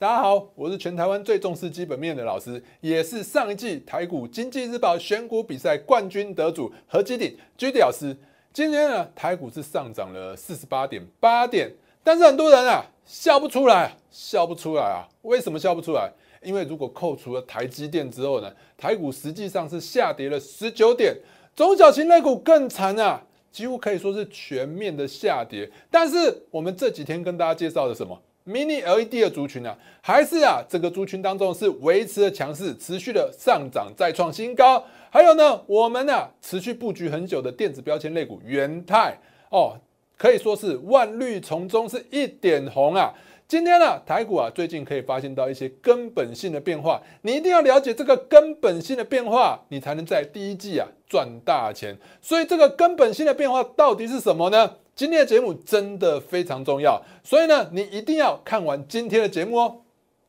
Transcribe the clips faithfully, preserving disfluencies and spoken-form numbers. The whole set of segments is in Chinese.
大家好，我是全台湾最重视基本面的老师，也是上一季台股经济日报选股比赛冠军得主何基鼎 G D 老师。今天呢，台股是上涨了四十八点八点，但是很多人啊笑不出来，笑不出来啊！为什么笑不出来？因为如果扣除了台积电之后呢，台股实际上是下跌了十九点，中小型类股更惨啊，几乎可以说是全面的下跌。但是我们这几天跟大家介绍的什么？ Mini L E D 的族群啊，还是啊整个族群当中是维持了强势，持续的上涨，再创新高。还有呢，我们啊持续布局很久的电子标签类股元泰哦，可以说是万绿丛中是一点红啊。今天呢、啊，台股啊最近可以发现到一些根本性的变化，你一定要了解这个根本性的变化，你才能在第一季啊赚大钱。所以这个根本性的变化到底是什么呢？ 今天的节目真的非常重要，所以呢，你一定要看完今天的节目哦。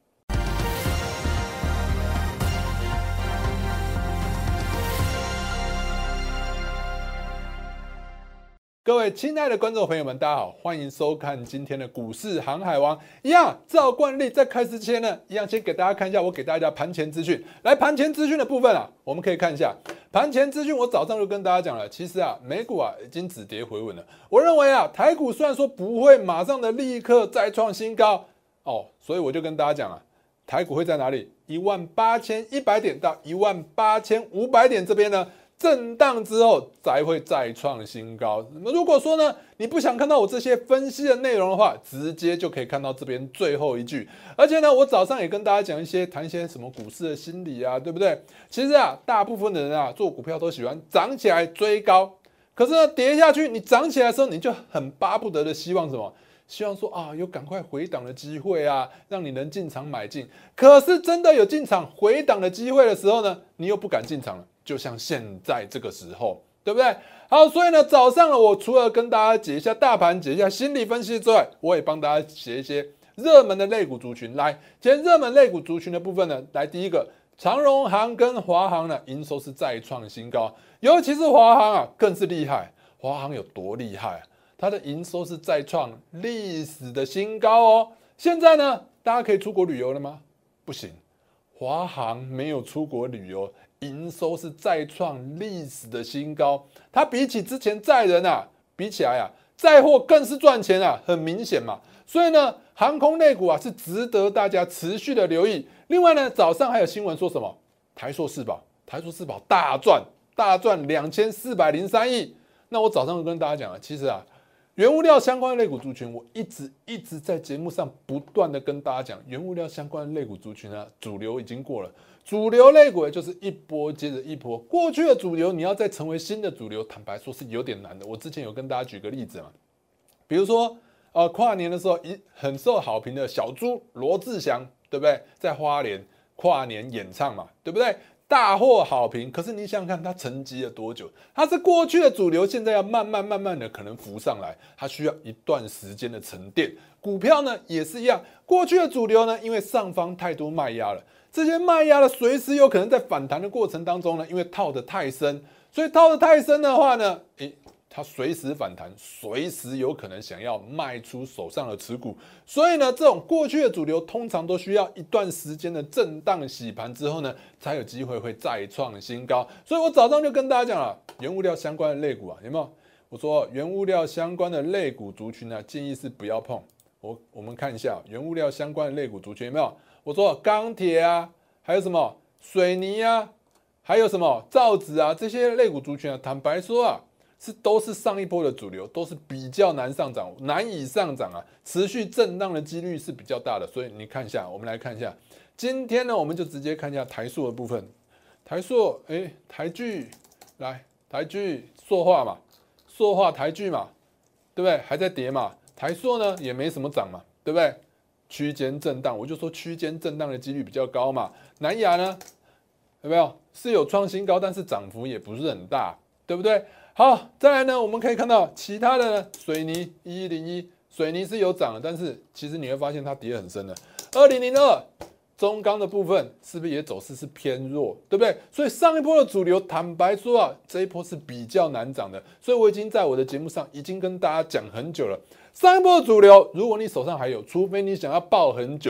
各位亲爱的观众朋友们，大家好，欢迎收看今天的股市航海王。一样，照惯例，在开始之前呢，一样先给大家看一下我给大家盘前资讯。来，盘前资讯的部分啊，我们可以看一下盘前资讯。我早上就跟大家讲了，其实啊，美股啊已经止跌回稳了。我认为啊，台股虽然说不会马上的立刻再创新高哦，所以我就跟大家讲啊，台股会在哪里？一万八千一百点到一万八千五百点这边呢？ 震荡之后才会再创新高。如果说呢，你不想看到我这些分析的内容的话，直接就可以看到这边最后一句。而且呢，我早上也跟大家讲一些谈一些什么股市的心理啊，对不对？其实啊，大部分的人啊做股票都喜欢涨起来追高，可是呢跌下去，你涨起来的时候，你就很巴不得的希望什么？希望说啊有赶快回档的机会啊，让你能进场买进。可是真的有进场回档的机会的时候呢，你又不敢进场了。 就像现在这个时候，对不对？好，所以呢，早上呢，我除了跟大家解一下大盘、解一下心理分析之外，我也帮大家写一些热门的类股族群。来，今天热门类股族群的部分呢，来第一个，长荣航跟华航呢，营收是再创新高，尤其是华航啊，更是厉害。华航有多厉害啊？它的营收是再创历史的新高哦。现在呢，大家可以出国旅游了吗？不行，华航没有出国旅游。 营收是再创历史的新高，它比起之前载人啊，比起来啊，载货更是赚钱啊，很明显嘛。所以呢，航空类股啊是值得大家持续的留意。另外呢，早上还有新闻说什么？台塑四宝，台塑四宝大赚，大赚两千四百零三亿。那我早上就跟大家讲了，其实啊，原物料相关的类股族群，我一直一直在节目上不断的跟大家讲，原物料相关的类股族群啊，主流已经过了。 主流类股也就是一波接着一波，过去的主流你要再成为新的主流，坦白说是有点难的。我之前有跟大家举个例子嘛，比如说呃跨年的时候，一很受好评的小猪罗志祥，对不对？在花莲跨年演唱嘛，对不对？大获好评。可是你想想看，它沉寂了多久？它是过去的主流，现在要慢慢慢慢的可能浮上来，它需要一段时间的沉淀。股票呢也是一样，过去的主流呢，因为上方太多卖压了。 这些卖压的随时有可能在反弹的过程当中呢，因为套得太深，所以套得太深的话呢，诶，它随时反弹，随时有可能想要卖出手上的持股，所以呢，这种过去的主流通常都需要一段时间的震荡洗盘之后呢，才有机会会再创新高。所以我早上就跟大家讲了，原物料相关的类股啊，有没有？我说原物料相关的类股族群呢，建议是不要碰。我我们看一下原物料相关的类股族群有没有？ 我说钢铁啊，还有什么水泥啊，还有什么造纸啊，这些类股族群啊，坦白说啊，是都是上一波的主流，都是比较难上涨、难以上涨啊，持续震荡的几率是比较大的。所以你看一下，我们来看一下，今天呢，我们就直接看一下台塑的部分。台塑，哎，台聚，来，台聚塑化嘛，塑化台聚嘛，对不对？还在跌嘛，台塑呢也没什么涨嘛，对不对？ 区间震荡，我就说区间震荡的几率比较高嘛。南亚呢，有没有是有创新高，但是涨幅也不是很大，对不对？好，再来呢，我们可以看到其他的呢，水泥一一零一，水泥是有涨的，但是其实你会发现它跌很深的。二零零二中钢的部分是不是也走势是偏弱，对不对？所以上一波的主流，坦白说啊，这一波是比较难涨的。所以我已经在我的节目上已经跟大家讲很久了。 上一波的主流，如果你手上还有，除非你想要抱很久，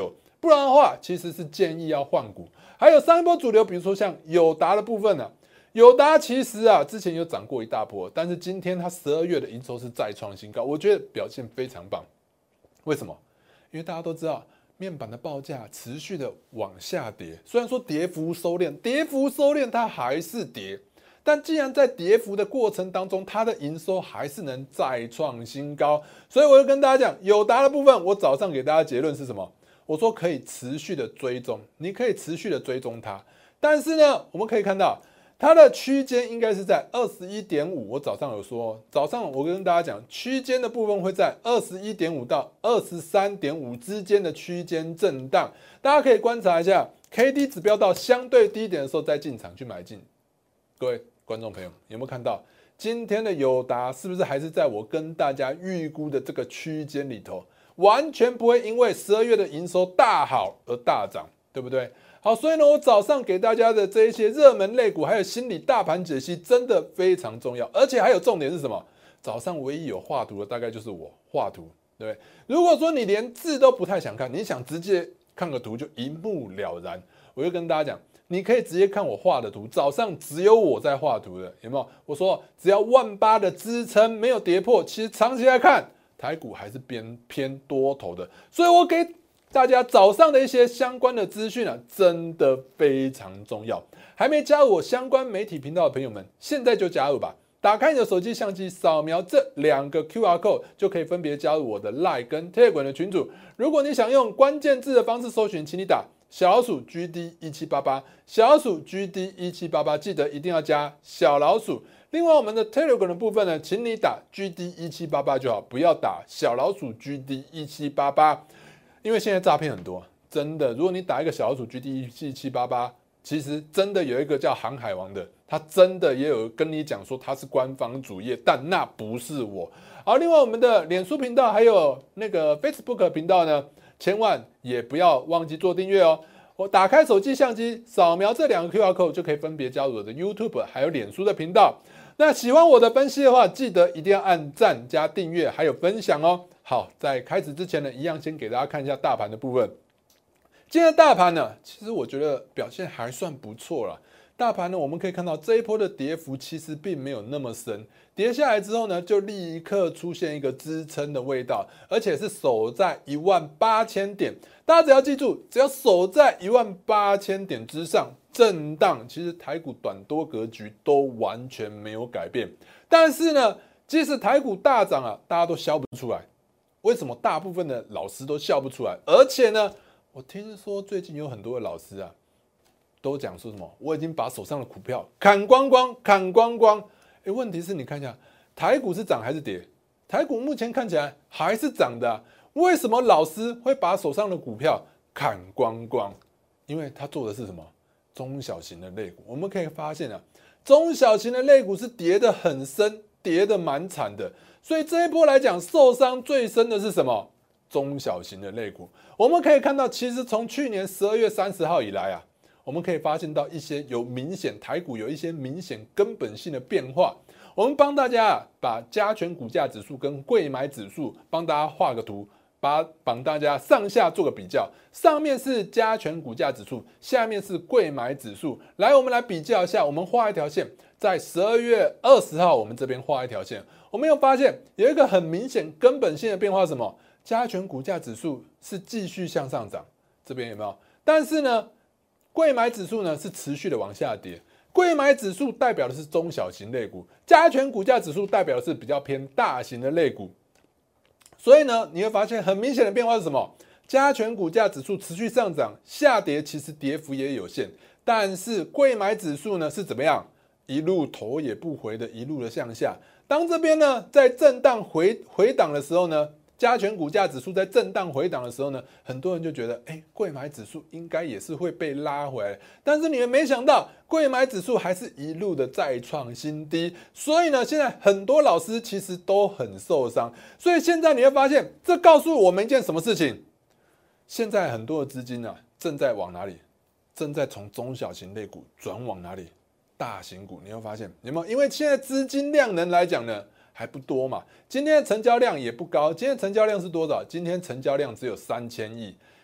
不然的话，其实是建议要换股。还有上一波主流，比如说像友达的部分呢、啊，友达其实啊之前有涨过一大波，但是今天它十二月的营收是再创新高，我觉得表现非常棒。为什么？因为大家都知道面板的报价持续的往下跌，虽然说跌幅收敛，跌幅收敛它还是跌。但既然在跌幅的过程当中，它的营收还是能再创新高，所以我就跟大家讲，友达的部分，我早上给大家结论是什么？我说可以持续的追踪，你可以持续的追踪它。但是呢，我们可以看到它的区间应该是在 二十一点五， 我早上有说，早上我跟大家讲，区间的部分会在 二十一点五 到 二十三点五 之间的区间震荡，大家可以观察一下 K D 指标到相对低点的时候再进场去买进。各位观众朋友，有没有看到今天的友达是不是还是在我跟大家预估的这个区间里头，完全不会因为十二月的营收大好而大涨，对不对？好，所以呢，我早上给大家的这一些热门类股，还有心理大盘解析，真的非常重要。而且还有重点是什么？早上唯一有画图的，大概就是我画图，对不对？如果说你连字都不太想看，你想直接看个图就一目了然，我就跟大家讲。你可以直接看我画的图，早上只有我在画图的，有没有？我说只要万八的支撑没有跌破，其实长期来看，台股还是偏偏多头的。所以我给大家早上的一些相关的资讯啊，真的非常重要。还没加入我相关媒体频道的朋友们，现在就加入吧！打开你的手机相机，扫描这两个 Q R code， 就可以分别加入我的 Line 跟 Telegram 的群组。如果你想用关键字的方式搜寻，请你打小老鼠 G D 一七八八， 小老鼠 G D 一七八八， 记得一定要加小老鼠。另外，我们的 Telegram 的部分呢，请你打 G D 一七八八 就好，不要打小老鼠 G D 一七八八， 因为现在诈骗很多，真的。如果你打一个小老鼠 G D 一七八八， 其实真的有一个叫航海王的，他真的也有跟你讲说他是官方主页，但那不是我。好，另外我们的脸书频道还有那个 Facebook 频道呢，千万也不要忘记做订阅哦。我打开手机相机，扫描这两个 Q R code 就可以分别加入我的 YouTube 还有脸书的频道。那喜欢我的分析的话，记得一定要按赞加订阅还有分享哦。好，在开始之前呢，一样先给大家看一下大盘的部分。今天的大盘呢，其实我觉得表现还算不错啦。大盘呢，我们可以看到这一波的跌幅其实并没有那么深，跌下来之后呢，就立刻出现一个支撑的味道，而且是守在一万八千点。大家只要记住，只要守在一万八千点之上震荡，其实台股短多格局都完全没有改变。但是呢，即使台股大涨啊，大家都笑不出来。为什么大部分的老师都笑不出来？而且呢，我听说最近有很多的老师啊，都讲说什么，我已经把手上的股票砍光光，砍光光。哎，问题是你看一下，台股是涨还是跌？台股目前看起来还是涨的啊。为什么老师会把手上的股票砍光光？因为他做的是什么？中小型的类股。我们可以发现啊，中小型的类股是跌得很深，跌得蛮惨的。所以这一波来讲，受伤最深的是什么？中小型的类股。我们可以看到，其实从去年十二月三十号以来啊，我们可以发现到一些有明显台股有一些明显根本性的变化。我们帮大家啊，把加权股价指数跟柜买指数帮大家画个图，把帮大家上下做个比较。上面是加权股价指数，下面是柜买指数。来，我们来比较一下，我们画一条线，在十二月二十号，我们这边画一条线，我们有发现有一个很明显根本性的变化是什么？加权股价指数是继续向上涨，这边有没有？但是呢，柜买指数呢是持续的往下跌。柜买指数代表的是中小型类股，加权股价指数代表的是比较偏大型的类股。所以呢，你会发现很明显的变化是什么？加权股价指数持续上涨，下跌其实跌幅也有限，但是柜买指数呢是怎么样？一路头也不回的，一路的向下。当这边呢在震荡回回档的时候呢，加权股价指数在震荡回档的时候呢，很多人就觉得，哎，柜买指数应该也是会被拉回来。但是你们没想到，柜买指数还是一路的再创新低。所以呢，现在很多老师其实都很受伤。所以现在你会发现，这告诉我们一件什么事情？现在很多的资金啊，正在往哪里？正在从中小型类股转往哪里？大型股。你会发现有没有？因为现在资金量能来讲呢，还不多嘛，今天的成交量也不高。今天成交量是多少？今天成交量只有三千亿。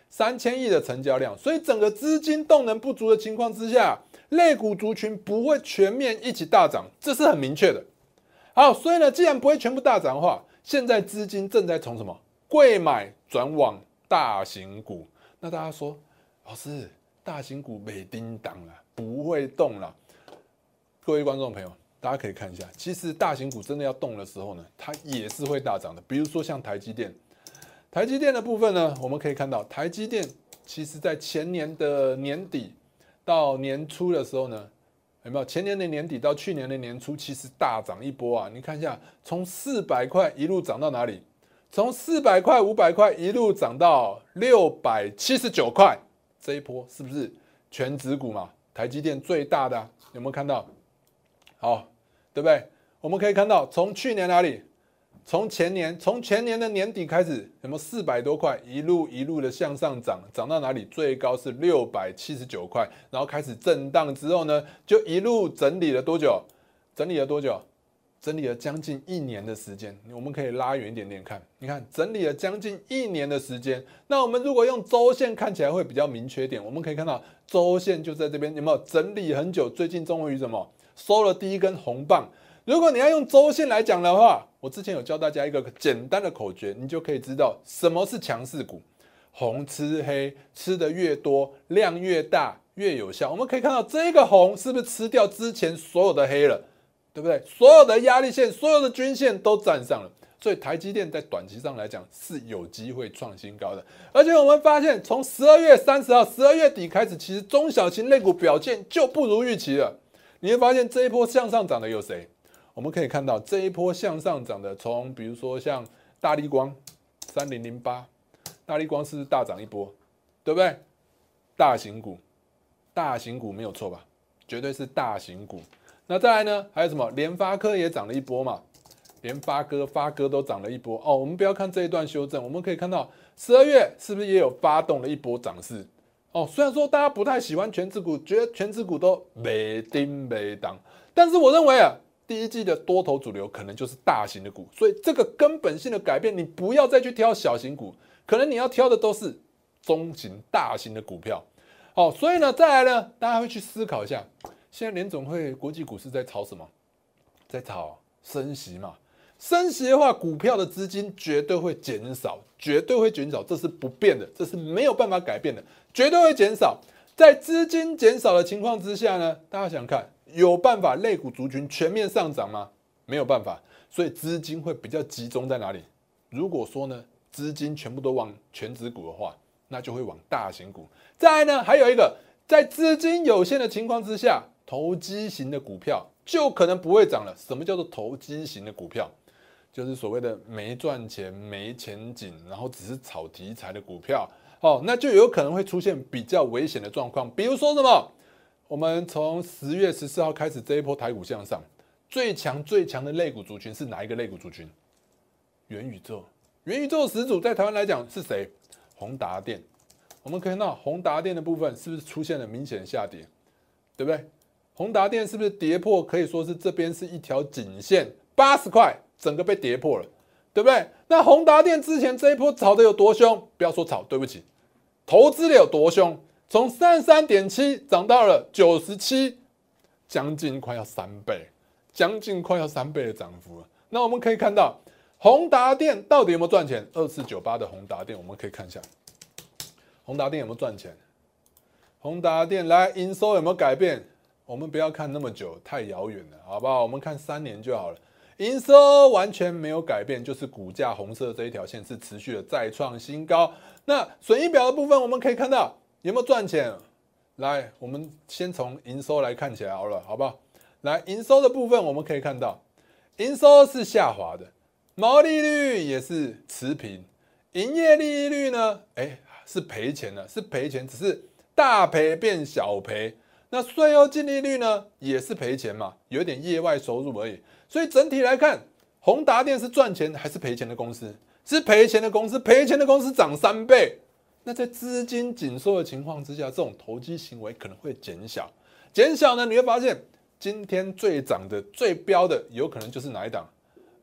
三千亿的成交量，所以整个资金动能不足的情况之下，类股族群不会全面一起大涨，这是很明确的。好，所以呢，既然不会全部大涨的话，现在资金正在从什么贵买转往大型股。那大家说，老师，大型股没叮当了，不会动了。各位观众朋友，大家可以看一下，其实大型股真的要动的时候呢，它也是会大涨的。比如说像台积电。台积电的部分呢，我们可以看到，台积电其实在前年的年底到年初的时候呢，有没有？前年的年底到去年的年初，其实大涨一波啊！你看一下，从四百块一路涨到哪里？从四百块、五百块一路涨到六百七十九块，这一波是不是全指股嘛？台积电最大的、啊，有没有看到？好，对不对？我们可以看到，从去年哪里？从前年，从前年的年底开始，有没有四百多块，一路一路的向上涨，涨到哪里？最高是六百七十九块，然后开始震荡之后呢，就一路整理了多久？整理了多久？整理了将近一年的时间。我们可以拉远一点点看，你看整理了将近一年的时间。那我们如果用周线看起来会比较明确一点，我们可以看到周线就在这边，有没有整理很久？最近终于什么收了第一根红棒。如果你要用周线来讲的话，我之前有教大家一个简单的口诀，你就可以知道什么是强势股。红吃黑，吃的越多，量越大，越有效。我们可以看到这个红是不是吃掉之前所有的黑了，对不对？所有的压力线，所有的均线都站上了，所以台积电在短期上来讲是有机会创新高的。而且我们发现，从十二月三十号、十二月底开始，其实中小型类股表现就不如预期了。你会发现这一波向上涨的有谁？我们可以看到这一波向上涨的，从比如说像大立光三零零八，大立光是不是大涨一波，对不对？大型股，大型股没有错吧？绝对是大型股。那再来呢？还有什么？联发科也涨了一波嘛，联发科、发哥都涨了一波哦。我们不要看这一段修正，我们可以看到十二月是不是也有发动了一波涨势？哦，虽然说大家不太喜欢全指股，觉得全指股都没叮没当，但是我认为啊。第一季的多头主流可能就是大型的股，所以这个根本性的改变，你不要再去挑小型股，可能你要挑的都是中型、大型的股票。好，所以呢，再来呢，大家会去思考一下，现在联总会国际股市在炒什么？在炒升息嘛？升息的话，股票的资金绝对会减少，绝对会减少，这是不变的，这是没有办法改变的，绝对会减少。在资金减少的情况之下呢，大家想看。有办法类股族群全面上涨吗？没有办法，所以资金会比较集中在哪里？如果说呢，资金全部都往全指股的话，那就会往大型股。再来呢，还有一个，在资金有限的情况之下，投机型的股票就可能不会涨了。什么叫做投机型的股票？就是所谓的没赚钱、没前景，然后只是炒题材的股票。哦，那就有可能会出现比较危险的状况，比如说什么？我们从十月十四号开始这一波台股向上，最强最强的类股族群是哪一个类股族群？元宇宙，元宇宙的始祖在台湾来讲是谁？宏达电。我们可以看到宏达电的部分是不是出现了明显的下跌，对不对？宏达电是不是跌破？可以说是这边是一条颈线，八十块，整个被跌破了，对不对？那宏达电之前这一波炒的有多凶？不要说炒，对不起，投资的有多凶？从三十三点七涨到了九十七，将近快要三倍，将近快要三倍的涨幅了。那我们可以看到，宏达电到底有没有赚钱？二四九八的宏达电，我们可以看一下，宏达电有没有赚钱？宏达电来营收有没有改变？我们不要看那么久，太遥远了，好不好？我们看三年就好了。营收完全没有改变，就是股价红色这一条线是持续的再创新高。那损益表的部分，我们可以看到。有没有赚钱？来，我们先从营收来看起来好了，好不好？来，营收的部分我们可以看到，营收是下滑的，毛利率也是持平，营业利率呢，哎，是赔钱的，是赔钱，只是大赔变小赔。那税后净利率呢，也是赔钱嘛，有一点业外收入而已。所以整体来看，宏达电是赚钱还是赔钱的公司？是赔钱的公司，赔钱的公司涨三倍。那在资金紧缩的情况之下，这种投机行为可能会减小。减小呢，你会发现今天最涨的、最标的，有可能就是哪一档？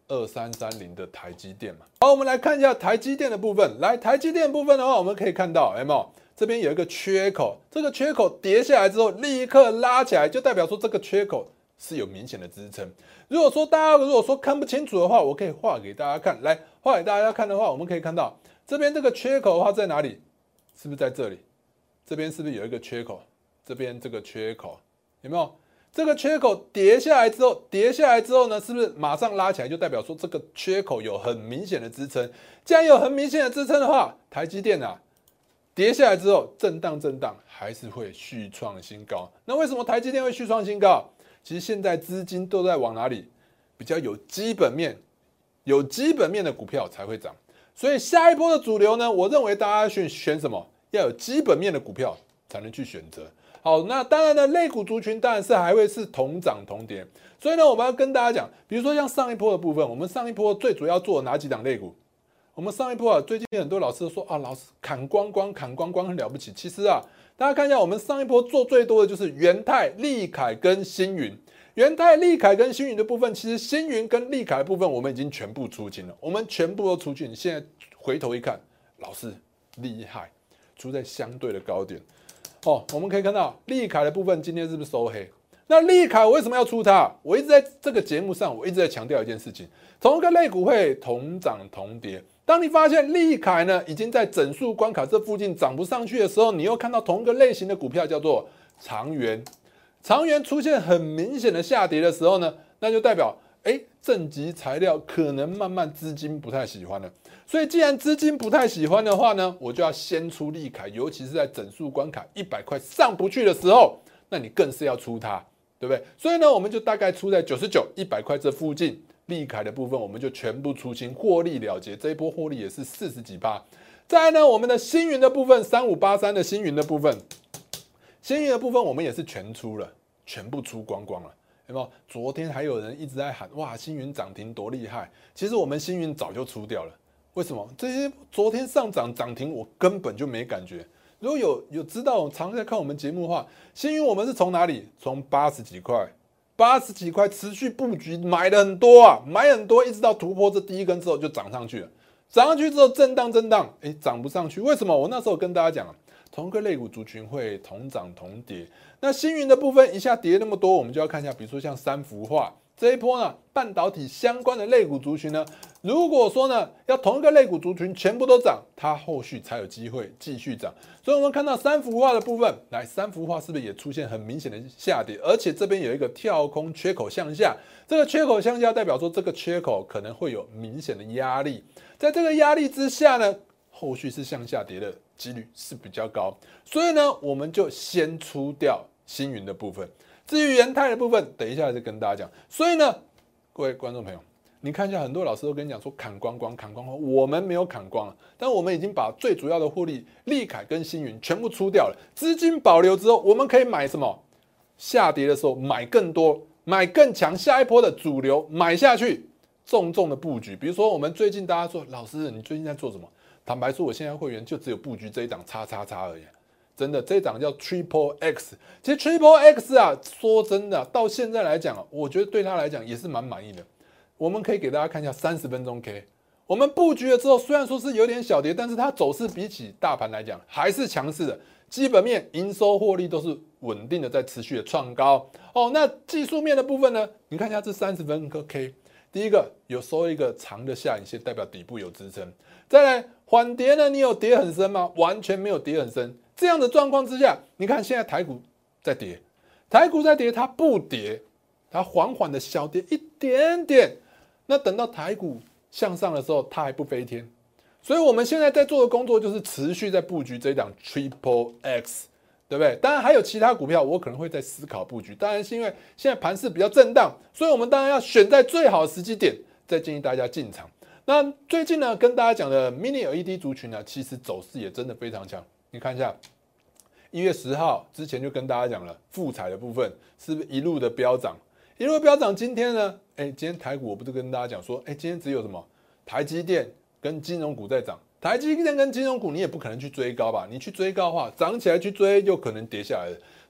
二三三零的台积电嘛。好，我们来看一下台积电的部分。来，台积电的部分的话，我们可以看到，有没有？这边有一个缺口，这个缺口跌下来之后，立刻拉起来，就代表说这个缺口是有明显的支撑。如果说大家如果说看不清楚的话，我可以画给大家看。来，画给大家看的话，我们可以看到这边这个缺口的话在哪里？是不是在这里？这边是不是有一个缺口？这边这个缺口有没有？这个缺口跌下来之后，跌下来之后呢，是不是马上拉起来，就代表说这个缺口有很明显的支撑？既然有很明显的支撑的话，台积电啊，跌下来之后震荡震荡，还是会续创新高。那为什么台积电会续创新高？其实现在资金都在往哪里？比较有基本面、有基本面的股票才会涨。所以下一波的主流呢，我认为大家选选什么？要有基本面的股票才能去选择。好，那当然呢，类股族群当然是还会是同涨同跌，所以呢，我们要跟大家讲，比如说像上一波的部分，我们上一波最主要做哪几档类股？我们上一波啊，最近很多老师都说啊，老师砍光光，砍光光很了不起。其实啊，大家看一下，我们上一波做最多的就是元泰、立凯跟星云。元泰、立凯跟星云的部分，其实星云跟立凯的部分，我们已经全部出清了，我们全部都出清。现在回头一看，老师厉害，出在相对的高点。哦，我们可以看到立凯的部分今天是不是收黑？那立凯我为什么要出它？我一直在这个节目上，我一直在强调一件事情：同一个类股会同涨同跌。当你发现立凯呢已经在整数关卡这附近涨不上去的时候，你又看到同一个类型的股票叫做长源，长源出现很明显的下跌的时候呢，那就代表哎正极材料可能慢慢资金不太喜欢了。所以，既然资金不太喜欢的话呢，我就要先出立凯，尤其是在整数关卡一百块上不去的时候，那你更是要出它，对不对？所以呢，我们就大概出在九十九、一百块这附近，立凯的部分我们就全部出清，获利了结。这一波获利也是四十几趴。再来呢，我们的星云的部分，三五八三的星云的部分，星云的部分我们也是全出了，全部出光光了。有没有？昨天还有人一直在喊哇，星云涨停多厉害！其实我们星云早就出掉了。为什么这些昨天上涨涨停我根本就没感觉？如果有有知道常在看我们节目的话，星云我们是从哪里？从八十几块，八十几块持续布局，买了很多啊，买很多，一直到突破这第一根之后就涨上去了。涨上去之后震荡震荡，哎，涨不上去。为什么？我那时候跟大家讲，同个类股族群会同涨同跌。那星云的部分一下跌那么多，我们就要看一下，比如说像三幅画。这一波呢，半导体相关的类股族群呢，如果说呢要同一个类股族群全部都涨，它后续才有机会继续涨。所以我们看到三幅画的部分，来三幅画是不是也出现很明显的下跌？而且这边有一个跳空缺口向下，这个缺口向下代表说这个缺口可能会有明显的压力，在这个压力之下呢，后续是向下跌的几率是比较高。所以呢，我们就先出掉星云的部分。至于元泰的部分，等一下再跟大家讲。所以呢，各位观众朋友，你看一下，很多老师都跟你讲说砍光光、砍光光，我们没有砍光了，但我们已经把最主要的获利，立凯跟星云全部出掉了，资金保留之后，我们可以买什么？下跌的时候买更多，买更强，下一波的主流买下去，重重的布局。比如说，我们最近大家说，老师，你最近在做什么？坦白说，我现在会员就只有布局这一档叉叉叉而已。真的，这一档叫 Triple X。其实 Triple X 啊，说真的，到现在来讲，我觉得对他来讲也是蛮满意的。我们可以给大家看一下三十分钟 K。我们布局了之后，虽然说是有点小跌，但是它走势比起大盘来讲还是强势的。基本面、营收、获利都是稳定的，在持续的创高。哦，那技术面的部分呢？你看一下这三十分钟 K。第一个有收一个长的下影线，代表底部有支撑。再来缓跌呢，你有跌很深吗？完全没有跌很深。这样的状况之下，你看现在台股在跌，台股在跌，它不跌，它缓缓的小跌一点点。那等到台股向上的时候，它还不飞天。所以我们现在在做的工作就是持续在布局这一档 Triple X， 对不对？当然还有其他股票，我可能会在思考布局。当然是因为现在盘势比较震荡，所以我们当然要选在最好的时机点，再建议大家进场。那最近呢，跟大家讲的 Mini L E D 族群呢，其实走势也真的非常强。你看一下，一月十号之前就跟大家讲了，富彩的部分是不是一路的飙涨？一路飙涨，今天呢，哎，今天台股我不是跟大家讲说，哎，今天只有什么台积电跟金融股在涨，台积电跟金融股你也不可能去追高吧？你去追高的话，涨起来去追又可能跌下来的。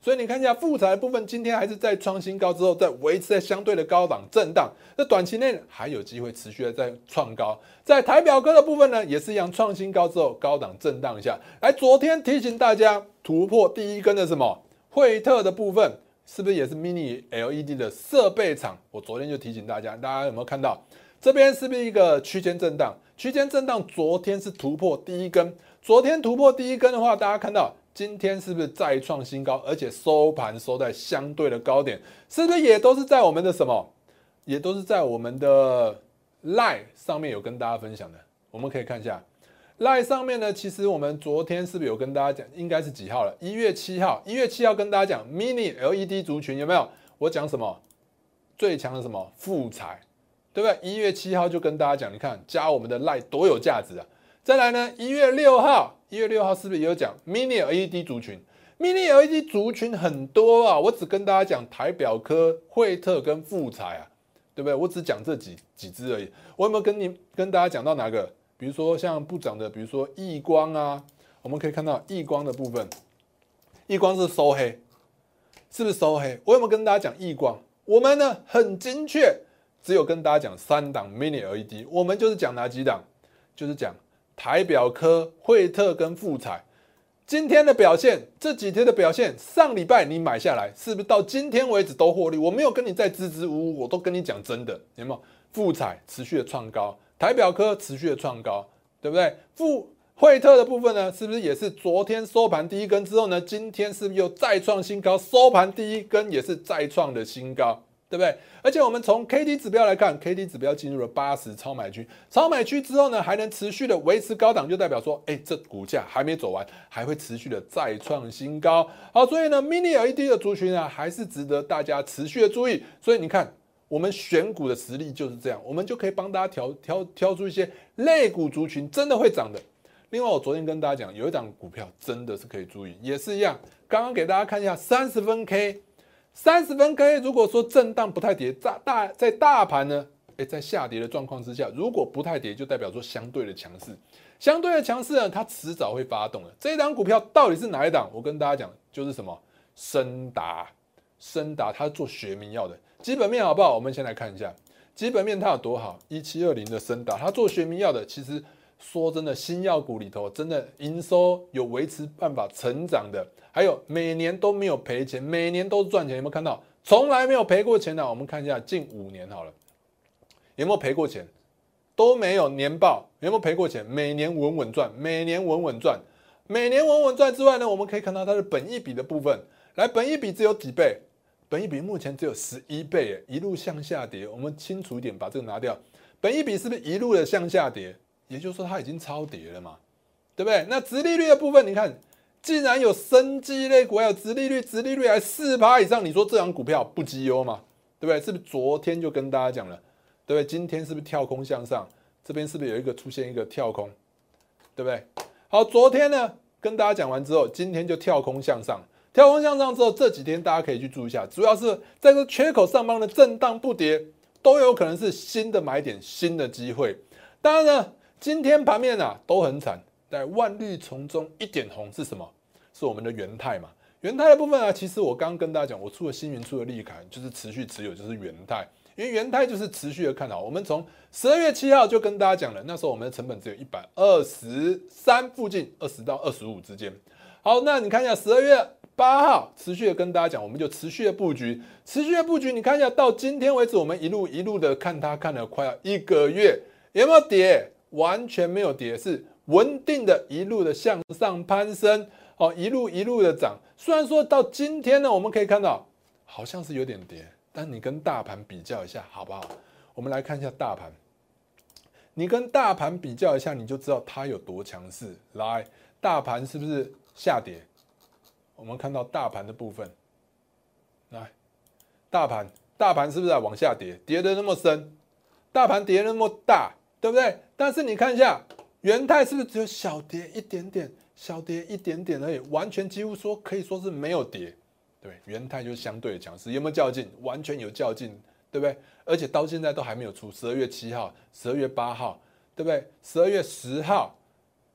所以你看一下富彩的部分，今天还是在创新高之后，在维持在相对的高档震荡，那短期内还有机会持续的在创高。在台表科的部分呢，也是一样，创新高之后高档震荡一下。来，昨天提醒大家突破第一根的什么惠特的部分，是不是也是 mini L E D 的设备厂？我昨天就提醒大家，大家有没有看到这边是不是一个区间震荡？区间震荡，昨天是突破第一根，昨天突破第一根的话，大家看到。今天是不是再创新高，而且收盘收在相对的高点，是不是也都是在我们的什么，也都是在我们的 Line 上面有跟大家分享的？我们可以看一下 Line 上面呢，其实我们昨天是不是有跟大家讲，应该是几号了？一月七号，一月七号跟大家讲 Mini L E D 族群有没有？我讲什么？最强的什么富彩，对不对？一月七号就跟大家讲，你看加我们的 Line 多有价值啊！再来呢，一月六号，一月六号是不是也有讲 Mini L E D 族群 ？Mini L E D 族群很多啊，我只跟大家讲台表科、惠特跟富彩啊，对不对？我只讲这几几只而已。我有没有跟你跟大家讲到哪个？比如说像不涨的，比如说亿光啊，我们可以看到亿光的部分，亿光是收黑，是不是收黑？我有没有跟大家讲亿光？我们呢很精确，只有跟大家讲三档 Mini L E D， 我们就是讲哪几档？就是讲。台表科、惠特跟富彩，今天的表现，这几天的表现，上礼拜你买下来，是不是到今天为止都获利？我没有跟你再支支吾吾，我都跟你讲真的，有没有？富彩持续的创高，台表科持续的创高，对不对？富惠特的部分呢，是不是也是昨天收盘第一根之后呢？今天是不是又再创新高？收盘第一根也是再创的新高。对不对？而且我们从 K D 指标来看 ，K D 指标进入了八十超买区，超买区之后呢，还能持续的维持高档，就代表说，哎，这股价还没走完，还会持续的再创新高。好，所以呢 ，Mini L E D 的族群啊，还是值得大家持续的注意。所以你看，我们选股的实力就是这样，我们就可以帮大家挑挑挑出一些类股族群真的会涨的。另外，我昨天跟大家讲，有一档股票真的是可以注意，也是一样，刚刚给大家看一下三十分 K。三十分 K， 如果说震荡不太跌，在大在大盘呢，哎，在下跌的状况之下，如果不太跌，就代表说相对的强势，相对的强势呢，它迟早会发动的。这一档股票到底是哪一档？我跟大家讲，就是什么昇達，昇達它做学名药的，基本面好不好？我们先来看一下基本面它有多好。一七二零的昇達，它做学名药的，其实说真的，新药股里头真的营收有维持办法成长的。还有每年都没有赔钱，每年都赚钱，有没有看到？从来没有赔过钱的、啊。我们看一下近五年好了，有没有赔过钱？都没有年报，有没有赔过钱？每年稳稳赚，每年稳稳赚，每年稳稳赚之外呢，我们可以看到它的本益比的部分，来，本益比只有几倍？本益比目前只有十一倍，一路向下跌。我们清楚一点，把这个拿掉。本益比是不是一路的向下跌？也就是说它已经超跌了嘛，对不对？那殖利率的部分，你看。既然有生技类股，还有殖利率，殖利率还四趴以上，你说这张股票不绩优吗？对不对？是不是昨天就跟大家讲了？对不对？今天是不是跳空向上？这边是不是有一个出现一个跳空？对不对？好，昨天呢跟大家讲完之后，今天就跳空向上，跳空向上之后，这几天大家可以去注意一下，主要是在这个缺口上方的震荡不跌，都有可能是新的买点、新的机会。当然呢，今天盘面啊都很惨。在万绿丛中一点红是什么？是我们的元泰嘛？元泰的部分啊，其实我刚刚跟大家讲，我出了星云，出了利凯，就是持续持有，就是元泰，因为元泰就是持续的看好。我们从十二月七号就跟大家讲了，那时候我们的成本只有一百二十三附近，二十到二十五之间。好，那你看一下十二月八号持续的跟大家讲，我们就持续的布局，持续的布局。你看一下，到今天为止，我们一路一路的看它，看了快要一个月，有没有跌？完全没有跌，是。稳定的一路的向上攀升，哦，一路一路的涨。虽然说到今天呢，我们可以看到好像是有点跌，但你跟大盘比较一下，好不好？我们来看一下大盘，你跟大盘比较一下，你就知道它有多强势。来，大盘是不是下跌？我们看到大盘的部分，来，大盘大盘是不是在往下跌？跌得那么深，大盘跌得那么大，对不对？但是你看一下。元泰是不是只有小跌一点点，小跌一点点而已，完全几乎说可以说是没有跌，对，元泰就是相对的强势，有没有较劲？完全有较劲，对不对？而且到现在都还没有出，十二月七号、十二月八号，对不对？十二月十号，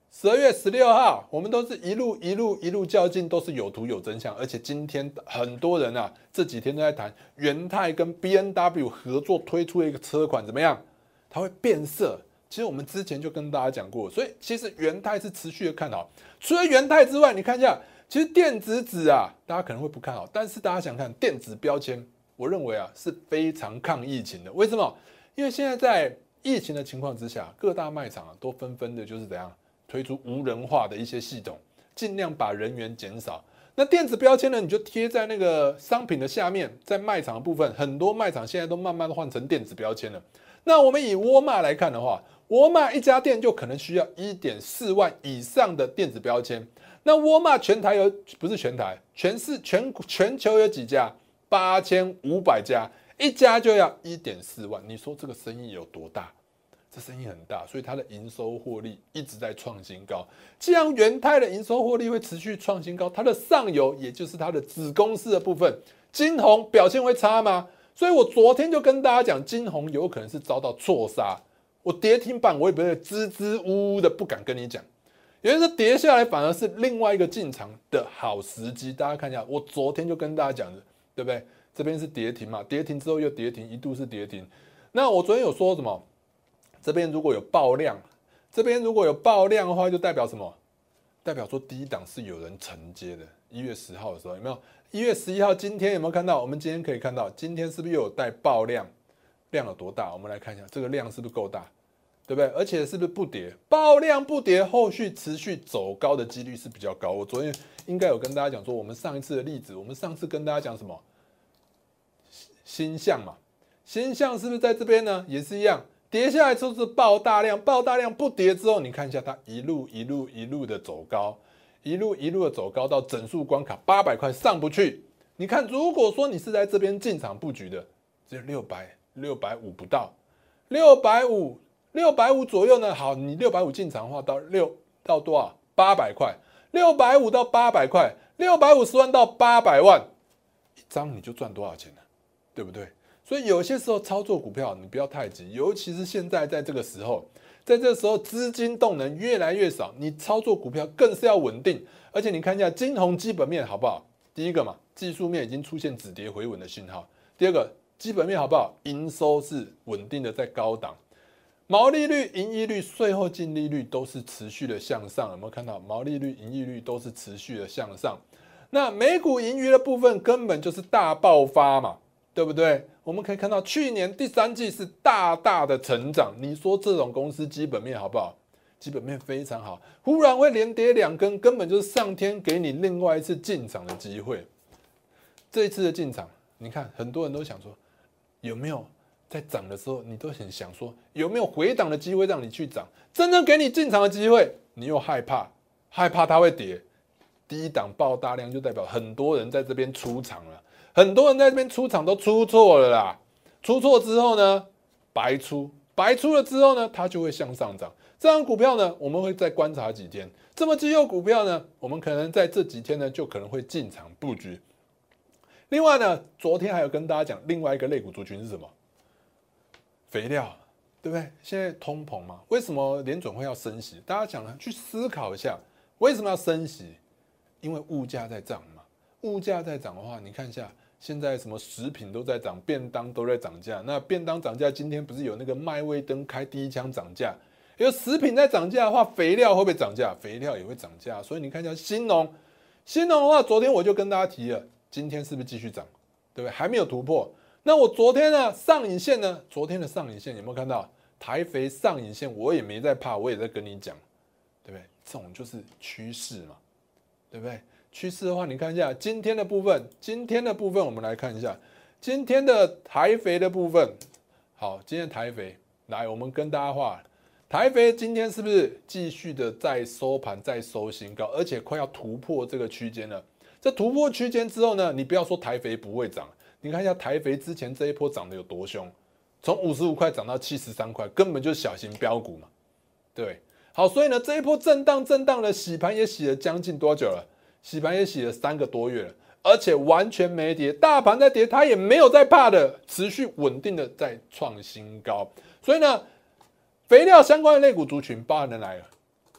十二月十六号，我们都是一路一路一路较劲，都是有图有真相。而且今天很多人啊，这几天都在谈元泰跟 B M W 合作推出的一个车款怎么样？它会变色。其实我们之前就跟大家讲过，所以其实元泰是持续的看好。除了元泰之外，你看一下，其实电子纸啊，大家可能会不看好，但是大家想看电子标签，我认为啊是非常抗疫情的。为什么？因为现在在疫情的情况之下，各大卖场啊都纷纷的就是怎样推出无人化的一些系统，尽量把人员减少。那电子标签呢，你就贴在那个商品的下面，在卖场的部分，很多卖场现在都慢慢换成电子标签了。那我们以沃尔玛来看的话，沃尔玛一家店就可能需要 一点四万以上的电子标签。那沃尔玛全台有不是全台，全市全全球有几家？八千五百家，一家就要 一点四万。你说这个生意有多大？这生意很大，所以它的营收获利一直在创新高。既然元泰的营收获利会持续创新高，它的上游也就是它的子公司的部分，金鸿表现会差吗？所以我昨天就跟大家讲，金鸿有可能是遭到错杀。我跌停板我也不会支支吾吾的不敢跟你讲，有人说跌下来反而是另外一个进场的好时机。大家看一下，我昨天就跟大家讲的，对不对？这边是跌停嘛，跌停之后又跌停，一度是跌停。那我昨天有说什么？这边如果有爆量，这边如果有爆量的话，就代表什么？代表说低档是有人承接的。一月十号的时候有没有？一月十一号今天有没有看到？我们今天可以看到，今天是不是又有带爆量？量有多大？我们来看一下，这个量是不是够大？对不对？而且是不是不跌？爆量不跌，后续持续走高的几率是比较高。我昨天应该有跟大家讲说，我们上一次的例子，我们上次跟大家讲什么？新象嘛，新象是不是在这边呢？也是一样。跌下来之后是爆大量，爆大量不跌之后，你看一下它一路一路一路的走高，一路一路的走高到整数关卡八百块上不去。你看，如果说你是在这边进场布局的，只有六百六百五不到，六百五六百五左右呢。好，你六百五进场的话，到六到多少？八百块，六百五到八百块，六百五十万到八百万，一张你就赚多少钱了，对不对？所以有些时候操作股票，你不要太急，尤其是现在在这个时候，在这个时候资金动能越来越少，你操作股票更是要稳定。而且你看一下金鸿基本面好不好？第一个嘛，技术面已经出现止跌回稳的信号；第二个，基本面好不好？营收是稳定的在高档，毛利率、盈利率、税后净利率都是持续的向上。有没有看到？毛利率、盈利率都是持续的向上。那每股盈余的部分根本就是大爆发嘛。对不对？我们可以看到去年第三季是大大的成长，你说这种公司基本面好不好？基本面非常好，忽然会连跌两根，根本就是上天给你另外一次进场的机会。这一次的进场，你看很多人都想说，有没有在涨的时候，你都很想说有没有回档的机会让你去涨？真正给你进场的机会，你又害怕，害怕它会跌，低档爆大量就代表很多人在这边出场了。很多人在这边出场都出错了啦，出错之后呢，白出，白出了之后呢，它就会向上涨。这张股票呢，我们会再观察几天。这么绩优股票呢，我们可能在这几天呢，就可能会进场布局。另外呢，昨天还有跟大家讲另外一个类股族群是什么？肥料，对不对？现在通膨嘛，为什么联准会要升息？大家讲呢，去思考一下，为什么要升息？因为物价在涨嘛。物价在涨的话，你看一下，现在什么食品都在涨，便当都在涨价。那便当涨价，今天不是有那个麦味登开第一枪涨价？因为食品在涨价的话，肥料会不会涨价？肥料也会涨价。所以你看一下兴农，兴农的话，昨天我就跟大家提了，今天是不是继续涨？对不对？还没有突破。那我昨天呢，上影线呢？昨天的上影线有没有看到？台肥上影线，我也没在怕，我也在跟你讲，对不对？这种就是趋势嘛，对不对？趋势的话，你看一下今天的部分，今天的部分我们来看一下今天的台肥的部分。好，今天台肥来，我们跟大家画，台肥今天是不是继续的在收盘，在收新高，而且快要突破这个区间了？这突破区间之后呢，你不要说台肥不会涨，你看一下台肥之前这一波涨得有多凶，从五十五块涨到七十三块，根本就是小型标股嘛，对。好，所以呢，这一波震荡震荡的洗盘也洗了将近多久了？洗盘也洗了三个多月了，而且完全没跌，大盘在跌，它也没有在怕的，持续稳定的在创新高。所以呢，肥料相关的类股族群包含了哪个？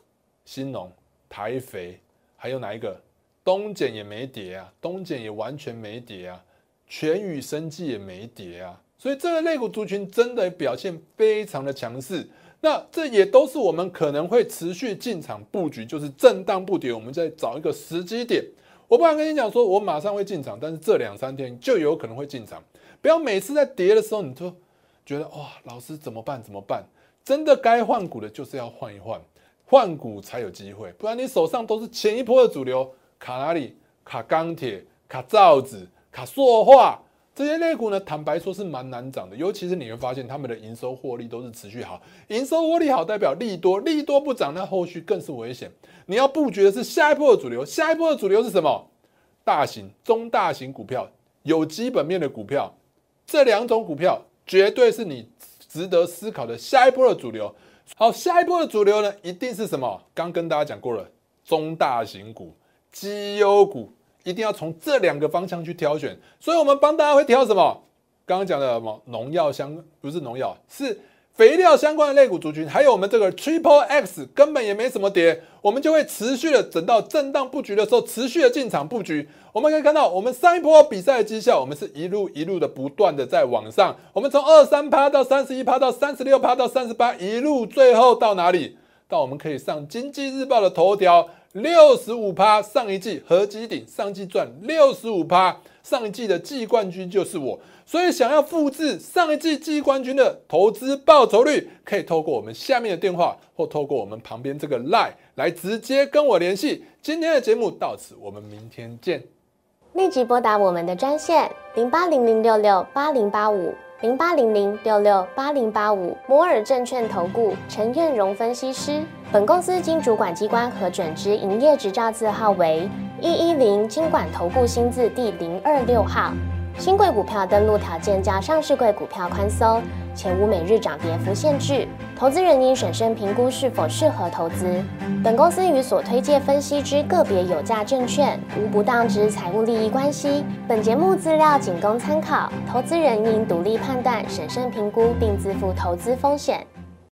兴农、台肥，还有哪一个？东碱也没跌啊，东碱也完全没跌啊，全宇生技也没跌啊，所以这个类股族群真的表现非常的强势。那这也都是我们可能会持续进场布局，就是震荡不跌，我们再找一个时机点。我不敢跟你讲说我马上会进场，但是这两三天就有可能会进场。不要每次在跌的时候，你就觉得哇，老师怎么办？怎么办？真的该换股的就是要换一换，换股才有机会，不然你手上都是前一波的主流。卡哪里？卡钢铁、卡造纸、卡塑化这些类股呢？坦白说是蛮难涨的，尤其是你会发现他们的营收获利都是持续好，营收获利好代表利多，利多不涨，那后续更是危险。你要布局的是下一波的主流，下一波的主流是什么？大型、中大型股票，有基本面的股票，这两种股票绝对是你值得思考的下一波的主流。好，下一波的主流呢，一定是什么？刚跟大家讲过了，中大型股。绩优股一定要从这两个方向去挑选，所以我们帮大家会挑什么？刚刚讲的什么农药相不是农药，是肥料相关的类股族群，还有我们这个 Triple X 根本也没什么跌，我们就会持续的等到震荡布局的时候，持续的进场布局。我们可以看到，我们上一波比赛的绩效，我们是一路一路的不断的在往上，我们从二十三趴到三十一趴到三十六趴到三十八，一路最后到哪里？到我们可以上经济日报的头条。六十五趴，上一季合基顶，上季赚六十五趴，上一季的季冠军就是我，所以想要复制上一季季冠军的投资报酬率，可以透过我们下面的电话，或透过我们旁边这个 LINE 来直接跟我联系。今天的节目到此，我们明天见。 立即拨打我们的专线零八零零六六八零八五。零八零零六六八零八五摩尔证券投顾陈彦荣分析师，本公司经主管机关核准之营业执照字号为一一零金管投顾新字第零二六号。新贵股票登录条件较上市贵股票宽松，且无每日涨跌幅限制。投资人应审慎评估是否适合投资。本公司与所推介分析之个别有价证券无不当之财务利益关系。本节目资料仅供参考，投资人应独立判断、审慎评估，并自负投资风险。